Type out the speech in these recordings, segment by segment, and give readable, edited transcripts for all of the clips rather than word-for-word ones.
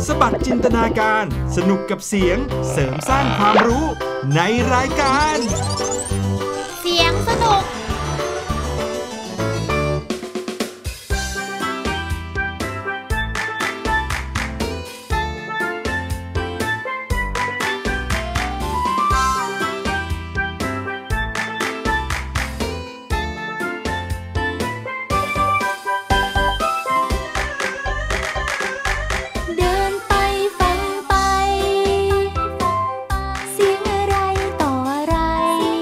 สบัดจินตนาการสนุกกับเสียงเสริมสร้างความรู้ในรายการเสียงสนุกเสียงอะไรต่ออะไร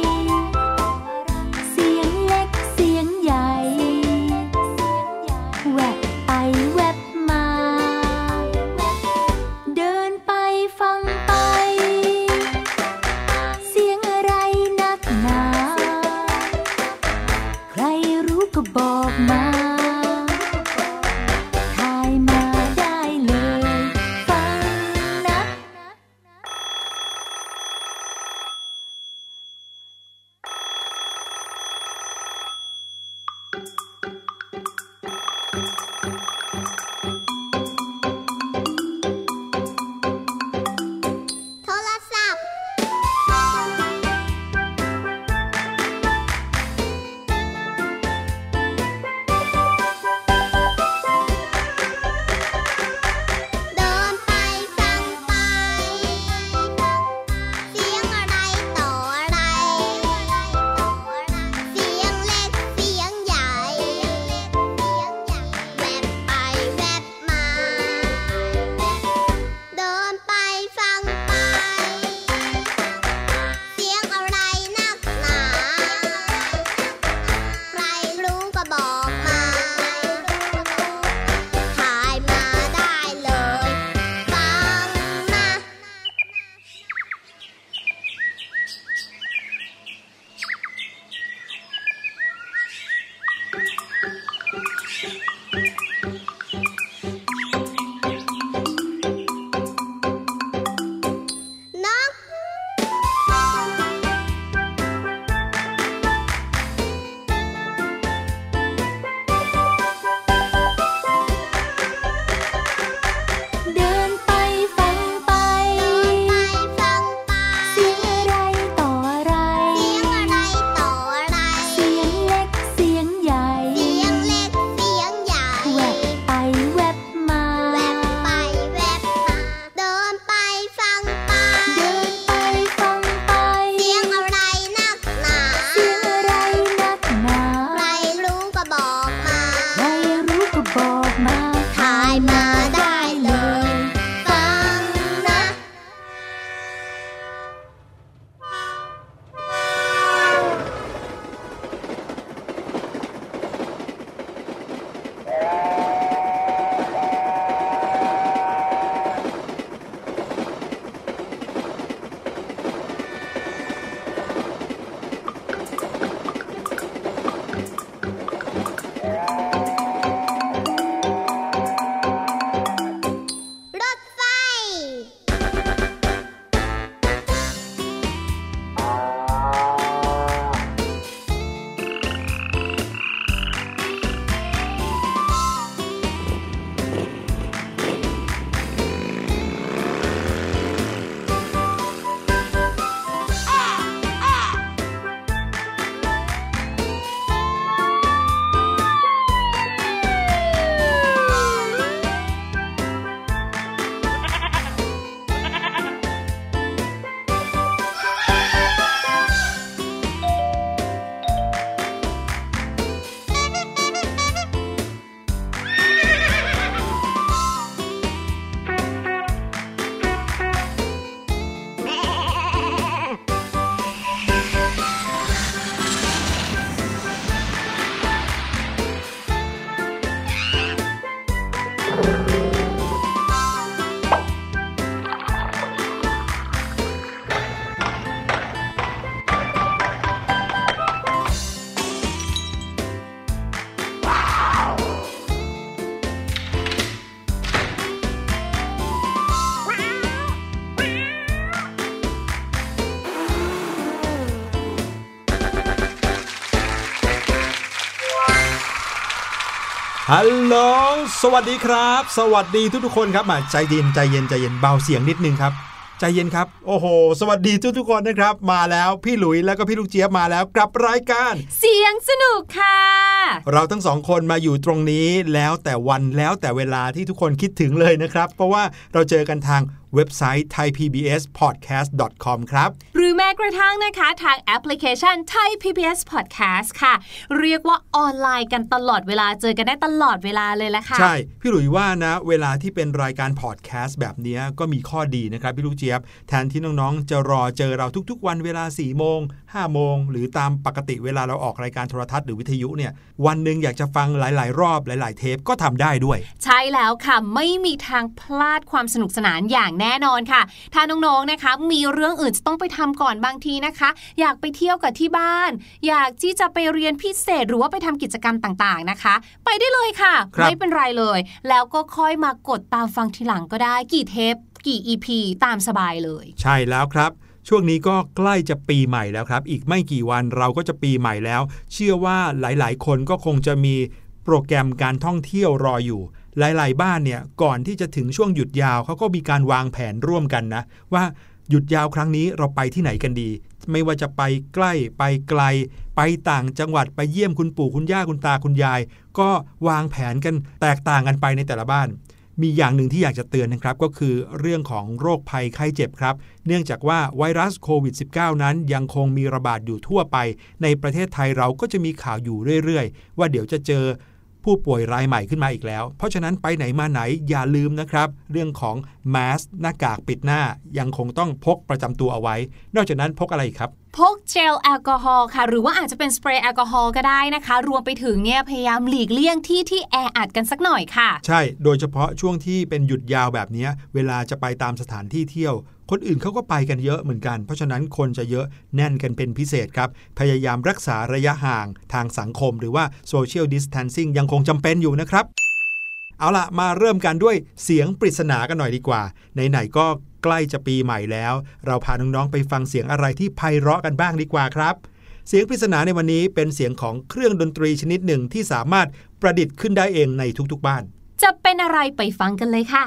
ฮัลโหลสวัสดีครับสวัสดีทุกๆคนครับมาใจเย็นเบาเสียงนิดนึงครับใจเย็นครับโอ้โหสวัสดีทุกๆคนนะครับมาแล้วพี่หลุยแล้วก็พี่ลูกเจี๊ยบมาแล้วกับรายการเสียงสนุกค่ะเราทั้งสองคนมาอยู่ตรงนี้แล้วแต่วันแล้วแต่เวลาที่ทุกคนคิดถึงเลยนะครับเพราะว่าเราเจอกันทางเว็บไซต์ thaipbspodcast.com ครับหรือแม้กระทั่งนะคะทางแอปพลิเคชัน Thai PBS Podcast ค่ะเรียกว่าออนไลน์กันตลอดเวลาเจอกันได้ตลอดเวลาเลยละค่ะใช่พี่หลุยว่านะเวลาที่เป็นรายการพอดแคสต์แบบนี้ก็มีข้อดีนะครับพี่ลูกเจี๊ยบแทนที่น้องๆจะรอเจอเราทุกๆวันเวลา 4 โมง 5 โมงหรือตามปกติเวลาเราออกรายการโทรทัศน์หรือวิทยุเนี่ยวันนึงอยากจะฟังหลายๆรอบหลายๆเทปก็ทำได้ด้วยใช่แล้วค่ะไม่มีทางพลาดความสนุกสนานอย่างแน่นอนค่ะถ้าน้องๆนะคะมีเรื่องอื่นจะต้องไปทำก่อนบางทีนะคะอยากไปเที่ยวกับที่บ้านอยากที่จะไปเรียนพิเศษหรือว่าไปทำกิจกรรมต่างๆนะคะไปได้เลยค่ะไม่เป็นไรเลยแล้วก็ค่อยมากดตามฟังทีหลังก็ได้กี่เทปกี่ EP ตามสบายเลยใช่แล้วครับช่วงนี้ก็ใกล้จะปีใหม่แล้วครับอีกไม่กี่วันเราก็จะปีใหม่แล้วเชื่อว่าหลายๆคนก็คงจะมีโปรแกรมการท่องเที่ยวรออยู่หลายๆบ้านเนี่ยก่อนที่จะถึงช่วงหยุดยาวเขาก็มีการวางแผนร่วมกันนะว่าหยุดยาวครั้งนี้เราไปที่ไหนกันดีไม่ว่าจะไปใกล้ไปไกลไปต่างจังหวัดไปเยี่ยมคุณปู่คุณย่าคุณตาคุณยายก็วางแผนกันแตกต่างกันไปในแต่ละบ้านมีอย่างหนึ่งที่อยากจะเตือนนะครับก็คือเรื่องของโรคภัยไข้เจ็บครับเนื่องจากว่าไวรัสโควิด -19 นั้นยังคงมีระบาดอยู่ทั่วไปในประเทศไทยเราก็จะมีข่าวอยู่เรื่อยๆว่าเดี๋ยวจะเจอผู้ป่วยรายใหม่ขึ้นมาอีกแล้วเพราะฉะนั้นไปไหนมาไหนอย่าลืมนะครับเรื่องของแมสหน้ากากปิดหน้ายังคงต้องพกประจำตัวเอาไว้นอกจากนั้นพกอะไรครับพกเจลแอลกอฮอล์ค่ะหรือว่าอาจจะเป็นสเปรย์แอลกอฮอล์ก็ได้นะคะรวมไปถึงเนี่ยพยายามหลีกเลี่ยงที่แออัดกันสักหน่อยค่ะใช่โดยเฉพาะช่วงที่เป็นหยุดยาวแบบนี้เวลาจะไปตามสถานที่เที่ยวคนอื่นเขาก็ไปกันเยอะเหมือนกันเพราะฉะนั้นคนจะเยอะแน่นกันเป็นพิเศษครับพยายามรักษาระยะห่างทางสังคมหรือว่า Social Distancing ยังคงจำเป็นอยู่นะครับเอาล่ะมาเริ่มกันด้วยเสียงปริศนากันหน่อยดีกว่าไหนๆก็ใกล้จะปีใหม่แล้วเราพาน้องๆไปฟังเสียงอะไรที่ไพเราะกันบ้างดีกว่าครับเสียงปริศนาในวันนี้เป็นเสียงของเครื่องดนตรีชนิดหนึ่งที่สามารถประดิษฐ์ขึ้นได้เองในทุกๆบ้านจะเป็นอะไรไปฟังกันเลยค่ะ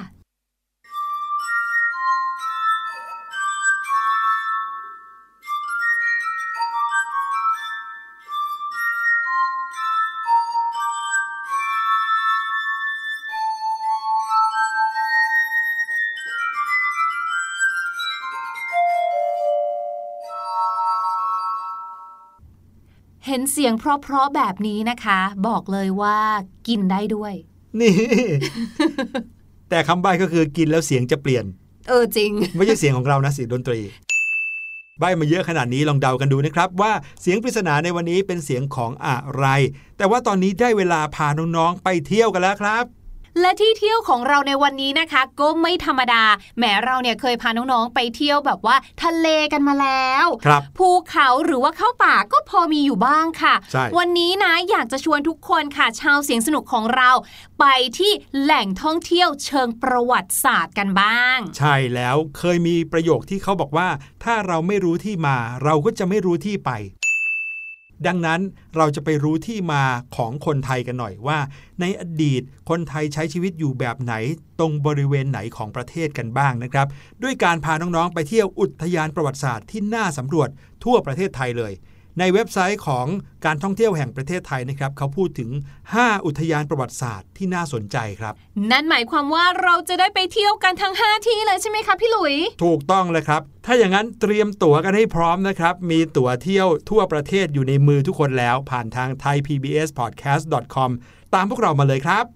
เห็นเสียงเพราะๆแบบนี้นะคะบอกเลยว่ากินได้ด้วยนี่ แต่คำใบ้ก็คือกินแล้วเสียงจะเปลี่ยนจริงไม่ใช่เสียงของเรานะเสียงดนตรีใบ้มาเยอะขนาดนี้ลองเดากันดูนะครับว่าเสียงปริศนาในวันนี้เป็นเสียงของอะไรแต่ว่าตอนนี้ได้เวลาพาน้องๆไปเที่ยวกันแล้วครับและที่เที่ยวของเราในวันนี้นะคะก็ไม่ธรรมดาแม้เราเนี่ยเคยพาน้องๆไปเที่ยวแบบว่าทะเลกันมาแล้วภูเขาหรือว่าเข้าป่าก็พอมีอยู่บ้างค่ะวันนี้นะอยากจะชวนทุกคนค่ะชาวเสียงสนุกของเราไปที่แหล่งท่องเที่ยวเชิงประวัติศาสตร์กันบ้างใช่แล้วเคยมีประโยคที่เขาบอกว่าถ้าเราไม่รู้ที่มาเราก็จะไม่รู้ที่ไปดังนั้นเราจะไปรู้ที่มาของคนไทยกันหน่อยว่าในอดีตคนไทยใช้ชีวิตอยู่แบบไหนตรงบริเวณไหนของประเทศกันบ้างนะครับด้วยการพาน้องๆไปเที่ยวอุทยานประวัติศาสตร์ที่น่าสำรวจทั่วประเทศไทยเลยในเว็บไซต์ของการท่องเที่ยวแห่งประเทศไทยนะครับเขาพูดถึง5อุทยานประวัติศาสตร์ที่น่าสนใจครับนั่นหมายความว่าเราจะได้ไปเที่ยวกันทั้ง5ที่เลยใช่ไหมคะพี่หลุยถูกต้องเลยครับถ้าอย่างนั้นเตรียมตั๋วกันให้พร้อมนะครับมีตั๋วเที่ยวทั่วประเทศอยู่ในมือทุกคนแล้วผ่านทาง thaipbspodcast.com ตามพวกเรามาเลยครับ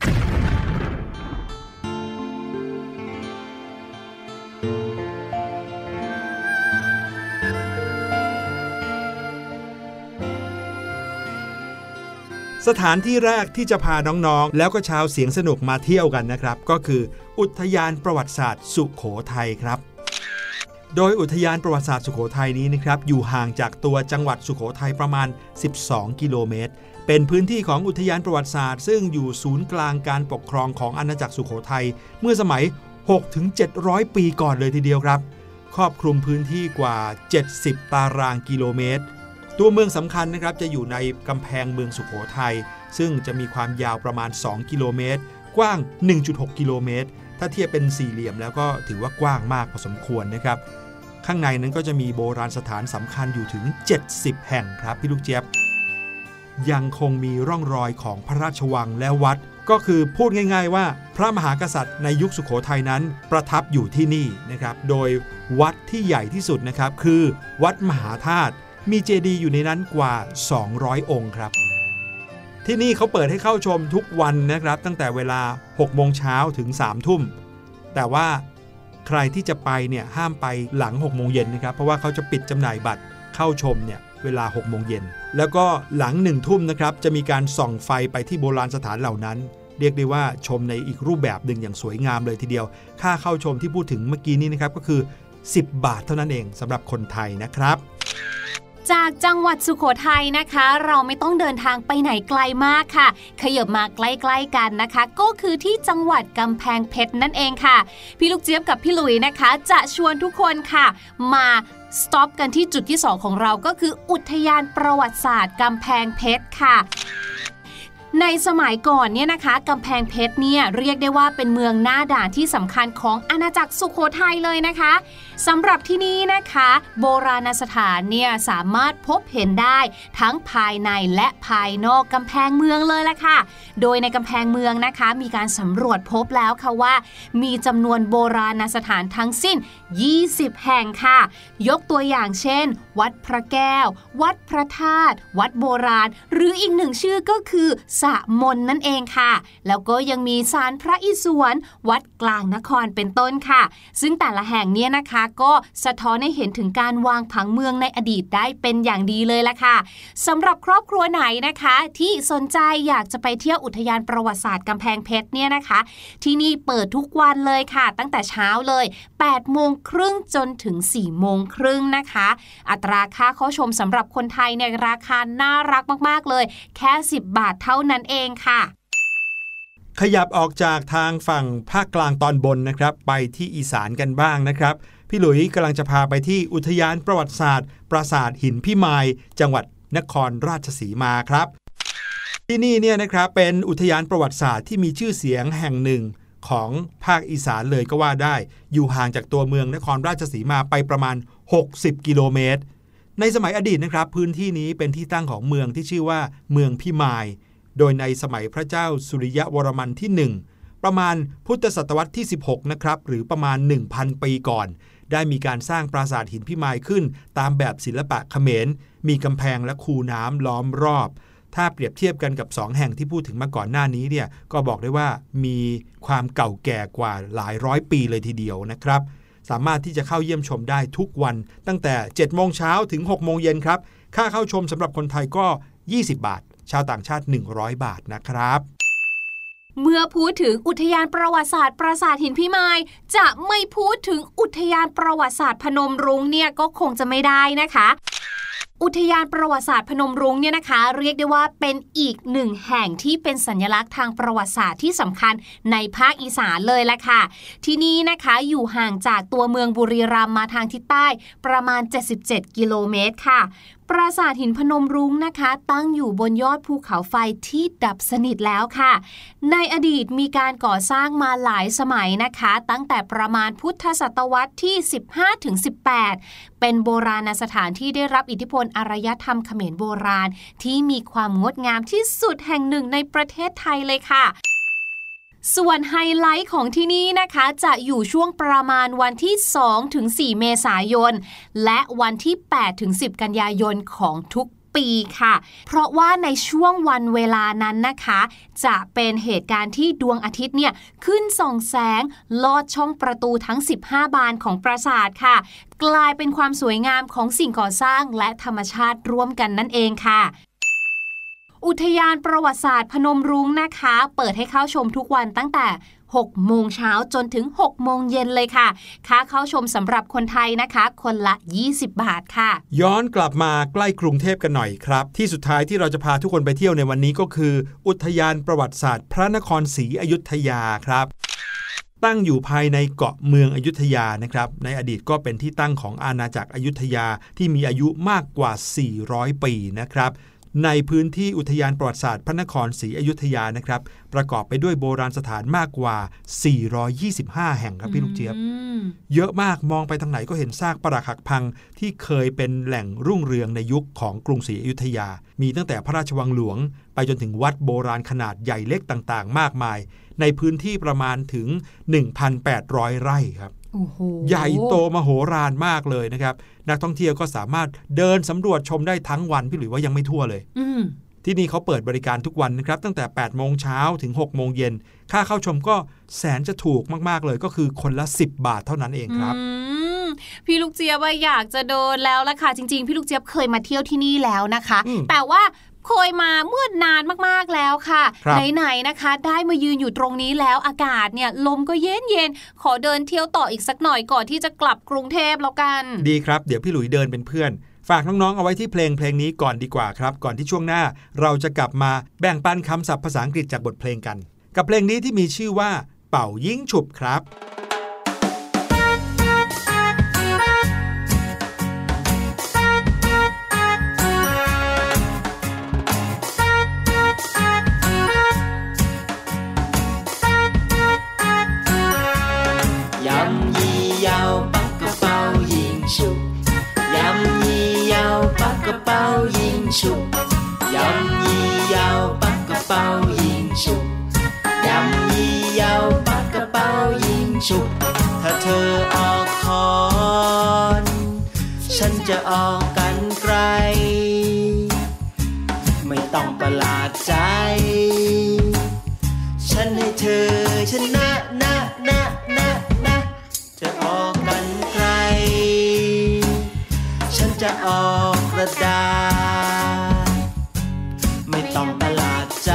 สถานที่แรกที่จะพาน้องๆแล้วก็ชาวเสียงสนุกมาเที่ยวกันนะครับก็คืออุทยานประวัติศาสตร์สุโขทัยครับโดยอุทยานประวัติศาสตร์สุโขทัยนี้นะครับอยู่ห่างจากตัวจังหวัดสุโขทัยประมาณ12กิโลเมตรเป็นพื้นที่ของอุทยานประวัติศาสตร์ซึ่งอยู่ศูนย์กลางการปกครองของอาณาจักรสุโขทัยเมื่อสมัย 6-700 ปีก่อนเลยทีเดียวครับครอบคลุมพื้นที่กว่า70ตารางกิโลเมตรตัวเมืองสำคัญนะครับจะอยู่ในกำแพงเมืองสุโขทัยซึ่งจะมีความยาวประมาณ2กิโลเมตรกว้าง 1.6 กิโลเมตรถ้าเทียบเป็นสี่เหลี่ยมแล้วก็ถือว่ากว้างมากพอสมควรนะครับข้างในนั้นก็จะมีโบราณสถานสำคัญอยู่ถึง70แห่งครับพี่ลูกเจี๊ยบยังคงมีร่องรอยของพระราชวังและวัดก็คือพูดง่ายๆว่าพระมหากษัตริย์ในยุคสุโขทัยนั้นประทับอยู่ที่นี่นะครับโดยวัดที่ใหญ่ที่สุดนะครับคือวัดมหาธาตุมีเจดีย์อยู่ในนั้นกว่า200องค์ครับที่นี่เขาเปิดให้เข้าชมทุกวันนะครับตั้งแต่เวลา 6 โมงเช้าถึง 3 ทุ่มแต่ว่าใครที่จะไปเนี่ยห้ามไปหลัง 6 โมงเย็นนะครับเพราะว่าเขาจะปิดจำหน่ายบัตรเข้าชมเนี่ยเวลา 6 โมงเย็นแล้วก็หลัง 1 ทุ่มนะครับจะมีการส่องไฟไปที่โบราณสถานเหล่านั้นเรียกได้ว่าชมในอีกรูปแบบหนึ่งอย่างสวยงามเลยทีเดียวค่าเข้าชมที่พูดถึงเมื่อกี้นี้นะครับก็คือ10 บาทเท่านั้นเองสำหรับคนไทยนะครับจากจังหวัดสุโขทัยนะคะเราไม่ต้องเดินทางไปไหนไกลมากค่ะขยับมาใกล้ๆกันนะคะก็คือที่จังหวัดกำแพงเพชรนั่นเองค่ะพี่ลูกเจี๊ยบกับพี่หลุยนะคะจะชวนทุกคนค่ะมาสต็อปกันที่จุดที่2ของเราก็คืออุทยานประวัติศาสตร์กำแพงเพชรค่ะในสมัยก่อนเนี่ยนะคะกำแพงเพชรเนี่ยเรียกได้ว่าเป็นเมืองหน้าด่านที่สำคัญของอาณาจักรสุโขทัยเลยนะคะสำหรับที่นี่นะคะโบราณสถานเนี่ยสามารถพบเห็นได้ทั้งภายในและภายนอกกำแพงเมืองเลยละค่ะโดยในกำแพงเมืองนะคะมีการสำรวจพบแล้วค่ะว่ามีจำนวนโบราณสถานทั้งสิ้น20แห่งค่ะยกตัวอย่างเช่นวัดพระแก้ววัดพระธาตุวัดโบราณหรืออีกหนึ่งชื่อก็คือสะมนนั่นเองค่ะแล้วก็ยังมีศาลพระอิศวรวัดกลางนครเป็นต้นค่ะซึ่งแต่ละแห่งเนี่ยนะคะก็สะท้อนให้เห็นถึงการวางผังเมืองในอดีตได้เป็นอย่างดีเลยล่ะค่ะสำหรับครอบครัวไหนนะคะที่สนใจอยากจะไปเที่ยวอุทยานประวัติศาสตร์กำแพงเพชรเนี่ยนะคะที่นี่เปิดทุกวันเลยค่ะตั้งแต่เช้าเลย8 โมงครึ่งจนถึง4 โมงครึ่งนะคะอัตราค่าเข้าชมสำหรับคนไทยเนี่ยราคาน่ารักมากๆเลยแค่10 บาทเท่านั้นเองค่ะขยับออกจากทางฝั่งภาคกลางตอนบนนะครับไปที่อีสานกันบ้างนะครับพี่หลุยกำลังจะพาไปที่อุทยานประวัติศาสตร์ปราสาทหินพิมายจังหวัดนครราชสีมาครับที่นี่เนี่ยนะครับเป็นอุทยานประวัติศาสตร์ที่มีชื่อเสียงแห่งหนึ่งของภาคอีสานเลยก็ว่าได้อยู่ห่างจากตัวเมืองนครราชสีมาไปประมาณ60กิโลเมตรในสมัยอดีตนะครับพื้นที่นี้เป็นที่ตั้งของเมืองที่ชื่อว่าเมืองพิมายโดยในสมัยพระเจ้าสุริยะวรมันที่1ประมาณพุทธศตวรรษที่16นะครับหรือประมาณ 1,000 ปีก่อนได้มีการสร้างปราสาทหินพิมายขึ้นตามแบบศิลปะเขมรมีกำแพงและคูน้ำล้อมรอบถ้าเปรียบเทียบกันกับ2แห่งที่พูดถึงมาก่อนหน้านี้เนี่ยก็บอกได้ว่ามีความเก่าแก่กว่าหลายร้อยปีเลยทีเดียวนะครับสามารถที่จะเข้าเยี่ยมชมได้ทุกวันตั้งแต่ 7 โมงเช้าถึง 6 โมงเย็นครับค่าเข้าชมสำหรับคนไทยก็20 บาทชาวต่างชาติ100 บาทนะครับเมื่อพูดถึงอุทยานประวัติศาสตร์ปราสาทหินพิมายจะไม่พูดถึงอุทยานประวัติศาสตร์พนมรุ้งเนี่ยก็คงจะไม่ได้นะคะอุทยานประวัติศาสตร์พนมรุ้งเนี่ยนะคะเรียกได้ว่าเป็นอีกหนึ่งแห่งที่เป็นสัญลักษณ์ทางประวัติศาสตร์ที่สำคัญในภาคอีสานเลยละค่ะที่นี่นะคะอยู่ห่างจากตัวเมืองบุรีรัมย์มาทางทิศใต้ประมาณ77กิโลเมตรค่ะปราสาทหินพนมรุ้งนะคะตั้งอยู่บนยอดภูเขาไฟที่ดับสนิทแล้วค่ะในอดีตมีการก่อสร้างมาหลายสมัยนะคะตั้งแต่ประมาณพุทธศตวรรษที่ 15-18 เป็นโบราณสถานที่ได้รับอิทธิพลอารยธรรมเขมรโบราณที่มีความงดงามที่สุดแห่งหนึ่งในประเทศไทยเลยค่ะส่วนไฮไลท์ของที่นี่นะคะจะอยู่ช่วงประมาณวันที่ 2-4 เมษายนและวันที่ 8-10 กันยายนของทุกปีค่ะเพราะว่าในช่วงวันเวลานั้นนะคะจะเป็นเหตุการณ์ที่ดวงอาทิตย์เนี่ยขึ้นส่องแสงลอดช่องประตูทั้ง15บานของปราสาทค่ะกลายเป็นความสวยงามของสิ่งก่อสร้างและธรรมชาติร่วมกันนั่นเองค่ะอุทยานประวัติศาสตร์พนมรุ้งนะคะเปิดให้เข้าชมทุกวันตั้งแต่6 โมงเช้าจนถึง6 โมงเย็นเลยค่ะค่าเข้าชมสำหรับคนไทยนะคะคนละ20 บาทค่ะย้อนกลับมาใกล้กรุงเทพกันหน่อยครับที่สุดท้ายที่เราจะพาทุกคนไปเที่ยวในวันนี้ก็คืออุทยานประวัติศาสตร์พระนครศรีอยุธยาครับตั้งอยู่ภายในเกาะเมืองอยุธยานะครับในอดีตก็เป็นที่ตั้งของอาณาจักรอยุธยาที่มีอายุมากกว่า400 ปีนะครับในพื้นที่อุทยานประวัติศาสตร์พระนครศรีอยุธยานะครับประกอบไปด้วยโบราณสถานมากกว่า425แห่งครับพี่ลูกเจี๊ยบเยอะมากมองไปทางไหนก็เห็นซากปรักหักพังที่เคยเป็นแหล่งรุ่งเรืองในยุคของกรุงศรีอยุธยามีตั้งแต่พระราชวังหลวงไปจนถึงวัดโบราณขนาดใหญ่เล็กต่างๆมากมายในพื้นที่ประมาณถึง 1,800 ไร่ครับใหญ่โตมโหฬารมากเลยนะครับนักท่องเที่ยวก็สามารถเดินสำรวจชมได้ทั้งวันพี่หลุยว่ายังไม่ทั่วเลยที่นี่เขาเปิดบริการทุกวันนะครับตั้งแต่ 8 โมงเช้าถึง 6 โมงเย็นค่าเข้าชมก็แสนจะถูกมากๆเลยก็คือคนละ10 บาทเท่านั้นเองครับพี่ลูกเจี๊ยบอยากจะเดินแล้วล่ะค่ะจริงๆพี่ลูกเจี๊ยบเคยมาเที่ยวที่นี่แล้วนะคะแต่ว่าเคยมาเมื่อนานมากๆแล้วค่ะไหนๆนะคะได้มายืนอยู่ตรงนี้แล้วอากาศเนี่ยลมก็เย็นๆขอเดินเที่ยวต่ออีกสักหน่อยก่อนที่จะกลับกรุงเทพแล้วกันดีครับเดี๋ยวพี่หลุยเดินเป็นเพื่อนฝากน้องๆเอาไว้ที่เพลงนี้ก่อนดีกว่าครับก่อนที่ช่วงหน้าเราจะกลับมาแบ่งปันคำศัพท์ภาษาอังกฤษจากบทเพลงกันกับเพลงนี้ที่มีชื่อว่าเป่ายิงฉุบครับฉุบยำยี่ยาวปักกระเป๋ายิงฉุบยำยี่ยาวปักกระเป๋ายิงฉุบถ้าเธอออกคอนฉันจะออกกันไกลไม่ต้องประหลาดใจฉันให้เธอชนะนะจะออกกันไกลฉันจะออกกระดาษไม่ต้องประหลาดใจ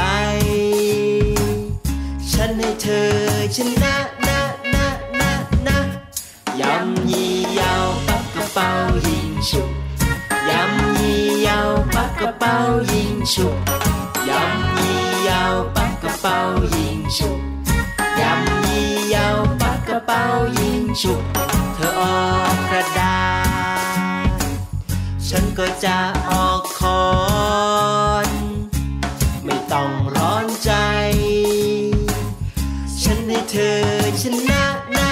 ฉันให้เธอชนะนะยำยี่ยาวปักกระเป๋ายิงฉุบยำยี่ยาวปักกระเป๋ายิงฉุบยำยี่ยาวปักกระเป๋ายิงฉุบยำยี่ยาวปักกระเป๋ายิงฉุบเธอออกกระดาษฉันก็จะออกคอนไม่ต้องร้อนใจฉันให้เธอชนะนะ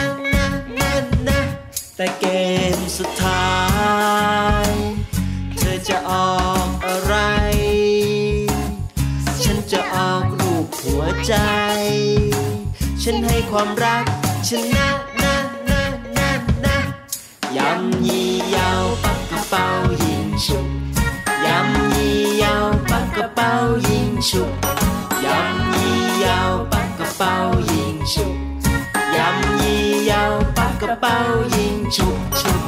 แต่เกมสุดท้ายเธอจะออกอะไรฉันจะออกรูปหัวใจฉันให้ความรักชนะนะยำยี่ยาวปักกระเป๋ายิงฉุบยำยี่ยาวปักกระเป๋ายิงฉุบยำยี่ยาวปักกระเป๋ายิงฉุบยำยี่ยาวปักกระเป๋ายิงฉุบ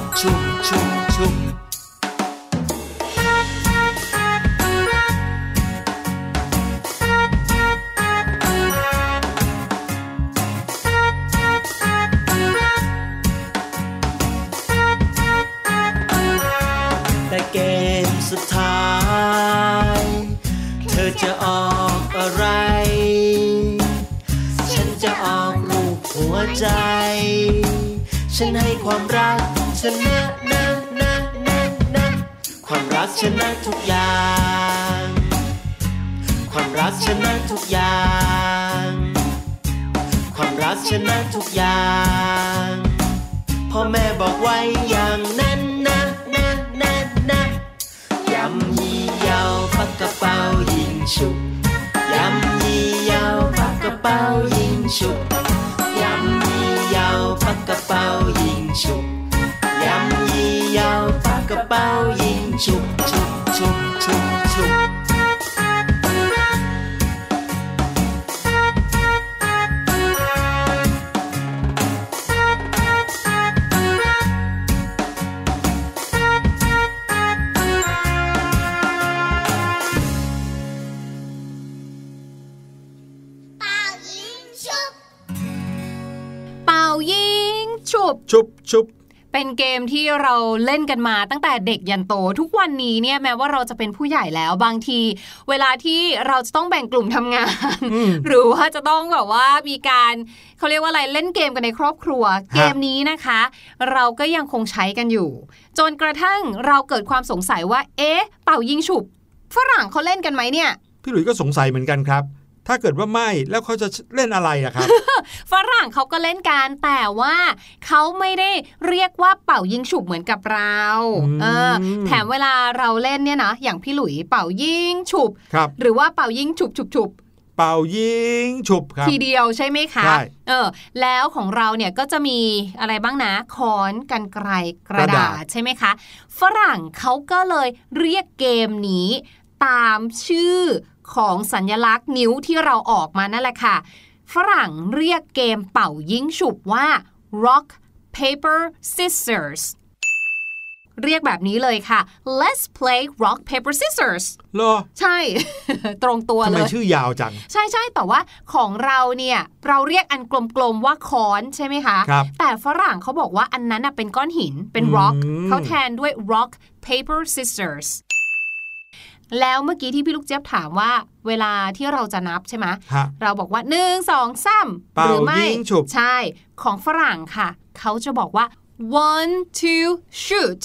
แต่เกมสุดท้ายเธอจะออกอะไรฉันจะออกรูปหัวใจฉันให้ความรักชนะนะความรักชนะทุกอย่างความรักชนะทุกอย่างความรักชนะทุกอย่างพ่อแม่บอกไว้อย่างนั้นนะยำยี่ยาวปักกระเป๋ายิงฉุบยำยี่ยาวปักกระเป๋ายิงฉุบยำยี่ยาวปักกระเป๋ายิงฉุบยำยี่ยาวปักกระเป๋ายิงฉุบชุบเป็นเกมที่เราเล่นกันมาตั้งแต่เด็กยันโตทุกวันนี้เนี่ยแม้ว่าเราจะเป็นผู้ใหญ่แล้วบางทีเวลาที่เราจะต้องแบ่งกลุ่มทำงาน หรือว่าจะต้องแบบว่ามีการเขาเรียกว่าอะไรเล่นเกมกันในครอบครัวเกมนี้นะคะเราก็ยังคงใช้กันอยู่จนกระทั่งเราเกิดความสงสัยว่าเป่ายิงฉุบฝรั่งเขาเล่นกันไหมเนี่ยพี่หลุยส์ก็สงสัยเหมือนกันครับถ้าเกิดว่าไม่แล้วเขาจะเล่นอะไรอะครับฝรั่งเขาก็เล่นกันแต่ว่าเขาไม่ได้เรียกว่าเป่ายิงฉุบเหมือนกับเราแถมเวลาเราเล่นเนี่ยนะอย่างพี่หลุยเป่ายิงฉุบหรือว่าเป่ายิงฉุบฉุบฉุบเป่ายิงฉุบครับทีเดียวใช่ไหมคะใช่แล้วของเราเนี่ยก็จะมีอะไรบ้างนะค้อนกรรไกรกระดาษใช่ไหมคะฝรั่งเขาก็เลยเรียกเกมนี้ตามชื่อของสัญลักษณ์นิ้วที่เราออกมานั่นแหละค่ะฝรั่งเรียกเกมเป่ายิงฉุบว่า rock paper scissors เรียกแบบนี้เลยค่ะ let's play rock paper scissors เหรอใช่ ตรงตัวเลยทำไมชื่อยาวจังใช่ๆแต่ว่าของเราเนี่ยเราเรียกอันกลมๆว่าค้อนใช่ไหมคะแต่ฝรั่งเขาบอกว่าอันนั้นเป็นก้อนหินเป็น rock เขาแทนด้วย rock paper scissorsแล้วเมื่อกี้ที่พี่ลูกเจี๊ยบถามว่าเวลาที่เราจะนับใช่ไหมเราบอกว่า1 2 3หรือไม่ใช่ของฝรั่งค่ะเขาจะบอกว่า 1 2 shoot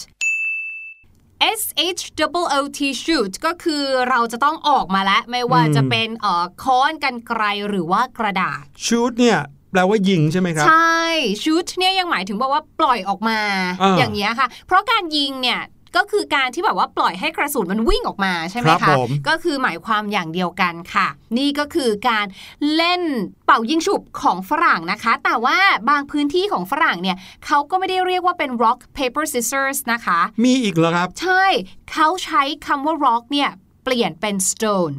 SHOOT shoot ก็คือเราจะต้องออกมาแล้วไม่ว่าจะเป็นค้อนกรรไกรหรือว่ากระดาษ shoot เนี่ยแปลว่ายิงใช่ไหมครับใช่ shoot เนี่ยยังหมายถึงบอกว่าปล่อยออกมาอย่างเงี้ยค่ะเพราะการยิงเนี่ยก็คือการที่แบบว่าปล่อยให้กระสุนมันวิ่งออกมาใช่ไหมคะก็คือหมายความอย่างเดียวกันค่ะนี่ก็คือการเล่นเป่ายิงฉุบของฝรั่งนะคะแต่ว่าบางพื้นที่ของฝรั่งเนี่ยเขาก็ไม่ได้เรียกว่าเป็น rock paper scissors นะคะมีอีกเหรอครับใช่เขาใช้คำว่า rock เนี่ยเปลี่ยนเป็น stone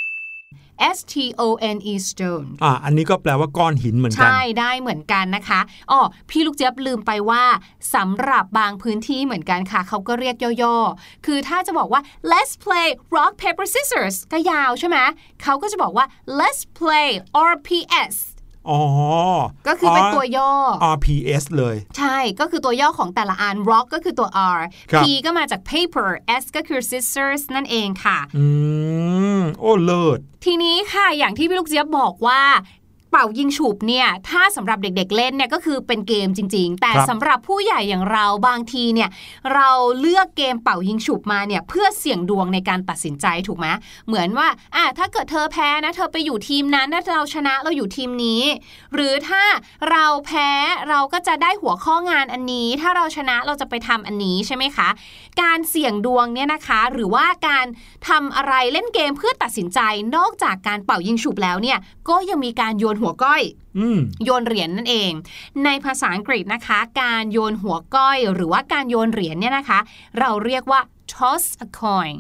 STONE stone อันนี้ก็แปลว่าก้อนหินเหมือนกันใช่ได้เหมือนกันนะคะพี่ลูกเจี๊ยบลืมไปว่าสำหรับบางพื้นที่เหมือนกันค่ะเขาก็เรียกย่อๆคือถ้าจะบอกว่า let's play rock paper scissors ก็ยาวใช่ไหมเขาก็จะบอกว่า let's play RPSก็คือเป็นตัวย่อ RPS เลยใช่ก็คือตัวย่อของแต่ละอัน rock ก็คือตัว R P ก็มาจาก paper S ก็คือ scissors นั่นเองค่ะโอ้เลิศทีนี้ค่ะอย่างที่พี่ลูกเจี๊ยบบอกว่าเป่ายิงฉุบเนี่ยถ้าสำหรับเด็กๆเล่นเนี่ยก็คือเป็นเกมจริงๆแต่สำหรับผู้ใหญ่อย่างเราบางทีเนี่ยเราเลือกเกมเป่ายิงฉุบมาเนี่ยเพื่อเสี่ยงดวงในการตัดสินใจถูกไหมเหมือนว่าถ้าเกิดเธอแพ้นะเธอไปอยู่ทีมนั้นถ้าเราชนะเราอยู่ทีมนี้หรือถ้าเราแพ้เราก็จะได้หัวข้องานอันนี้ถ้าเราชนะเราจะไปทำอันนี้ใช่ไหมคะการเสี่ยงดวงเนี่ยนะคะหรือว่าการทำอะไรเล่นเกมเพื่อตัดสินใจนอกจากการเป่ายิงฉุบแล้วเนี่ยก็ยังมีการโยนหัวก้อยโยนเหรียญ นั่นเองในภาษาอังกฤษนะคะการโยนหัวก้อยหรือว่าการโยนเหรียญเนี่ยนะคะเราเรียกว่า toss a coin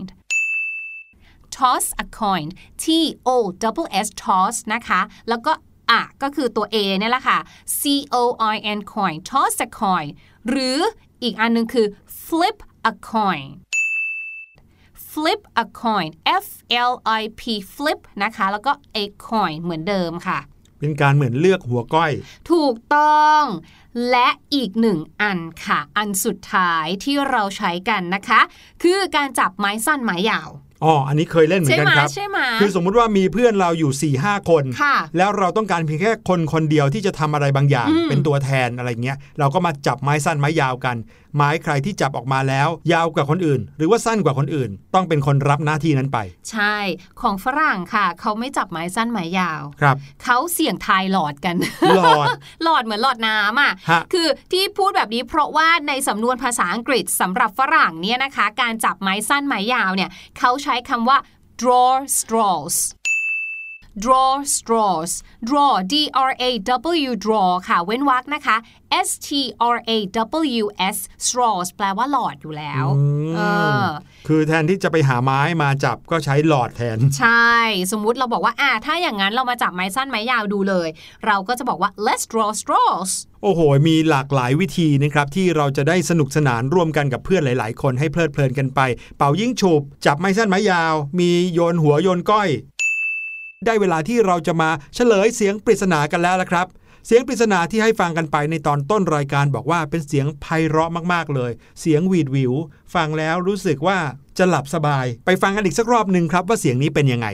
toss a coin TOSS toss นะคะแล้วก็ก็คือตัว A เนี่ยแหละค่ะ COIN coin toss a coin หรืออีกอันนึงคือ flip a coin flip a coin FLIP flip นะคะแล้วก็ a coin เหมือนเดิมค่ะเป็นการเหมือนเลือกหัวก้อยถูกต้องและอีกหนึ่งอันค่ะอันสุดท้ายที่เราใช้กันนะคะคือการจับไม้สั้นไม้ยาวอันนี้เคยเล่นเหมือนกันครับคือสมมุติว่ามีเพื่อนเราอยู่ 4-5 คนแล้วเราต้องการเพียงแค่คนเดียวที่จะทำอะไรบางอย่างเป็นตัวแทนอะไรเงี้ยเราก็มาจับไม้สั้นไม้ยาวกันไม้ใครที่จับออกมาแล้วยาวกว่าคนอื่นหรือว่าสั้นกว่าคนอื่นต้องเป็นคนรับหน้าที่นั้นไปใช่ของฝรั่งค่ะเขาไม่จับไม้สั้นไม้ยาวครับเขาเสี่ยงทายหลอดกันหลอดเหมือนหลอดน้ำคือที่พูดแบบนี้เพราะว่าในสำนวนภาษาอังกฤษสำหรับฝรั่งเนี่ยนะคะการจับไม้สั้นไม้ยาวเนี่ยเขาใช้คำว่า draw straws draw straws draw DRAW draw ค่ะเว้นวรรคนะคะ STRAWS straws แปลว่าหลอดอยู่แล้วคือแทนที่จะไปหาไม้มาจับก็ใช้หลอดแทนใช่สมมุติเราบอกว่าถ้าอย่างนั้นเรามาจับไม้สั้นไม้ยาวดูเลยเราก็จะบอกว่า let's draw straws โอ้โหมีหลากหลายวิธีนะครับที่เราจะได้สนุกสนานร่วมกันกับเพื่อนหลายๆคนให้เพลิดเพลินกันไปเป่ายิ่งฉุบจับไม้สั้นไม้ยาวมีโยนหัวโยนก้อยได้เวลาที่เราจะมาเฉลยเสียงปริศนากันแล้วละครับเสียงปริศนาที่ให้ฟังกันไปในตอนต้นรายการบอกว่าเป็นเสียงไพเราะมากๆเลยเสียงหวีดหวิวฟังแล้วรู้สึกว่าจะหลับสบายไปฟังกันอีกสักรอบนึงครับว่าเสียงนี้เป็นยังไง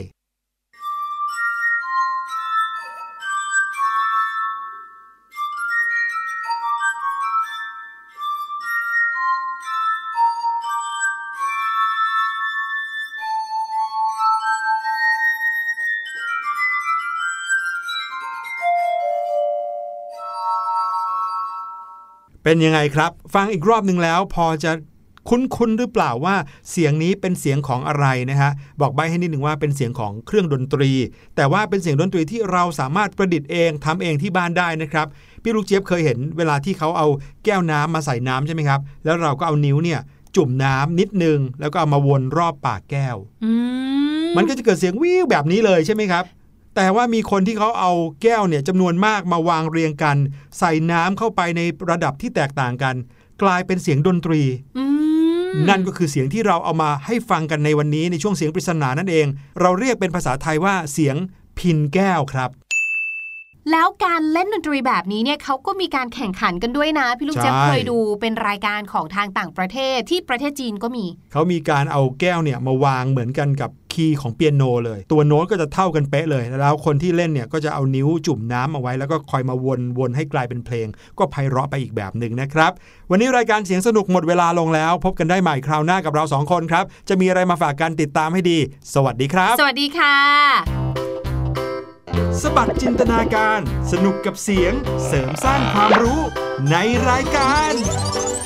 เป็นยังไงครับฟังอีกรอบนึงแล้วพอจะคุ้นหรือเปล่าว่าเสียงนี้เป็นเสียงของอะไรนะฮะบอกใบ้ให้นิดหนึ่งว่าเป็นเสียงของเครื่องดนตรีแต่ว่าเป็นเสียงดนตรีที่เราสามารถประดิษฐ์เองทำเองที่บ้านได้นะครับพี่ลูกเจี๊ยบเคยเห็นเวลาที่เขาเอาแก้วน้ำมาใส่น้ำใช่ไหมครับแล้วเราก็เอานิ้วเนี่ยจุ่มน้ำนิดนึงแล้วก็เอามาวนรอบปากแก้วมันก็จะเกิดเสียงวิวแบบนี้เลยใช่ไหมครับแต่ว่ามีคนที่เขาเอาแก้วเนี่ยจำนวนมากมาวางเรียงกันใส่น้ำเข้าไปในระดับที่แตกต่างกันกลายเป็นเสียงดนตรีนั่นก็คือเสียงที่เราเอามาให้ฟังกันในวันนี้ในช่วงเสียงปริศนานั่นเองเราเรียกเป็นภาษาไทยว่าเสียงพิณแก้วครับแล้วการเล่นดนตรีแบบนี้เนี่ยเขาก็มีการแข่งขันกันด้วยนะพี่ลูกเจี๊ยบเคยดูเป็นรายการของทางต่างประเทศที่ประเทศจีนก็มีเขามีการเอาแก้วเนี่ยมาวางเหมือนกันกับคีย์ของเปียโนเลยตัวโน้ตก็จะเท่ากันเป๊ะเลยแล้วคนที่เล่นเนี่ยก็จะเอานิ้วจุ่มน้ำเอาไว้แล้วก็คอยมาวนให้กลายเป็นเพลงก็ไพเราะไปอีกแบบนึงนะครับวันนี้รายการเสียงสนุกหมดเวลาลงแล้วพบกันได้ใหม่คราวหน้ากับเรา2คนครับจะมีอะไรมาฝากกันติดตามให้ดีสวัสดีครับสวัสดีค่ะสบัดจินตนาการสนุกกับเสียงเสริมสร้างความรู้ในรายการ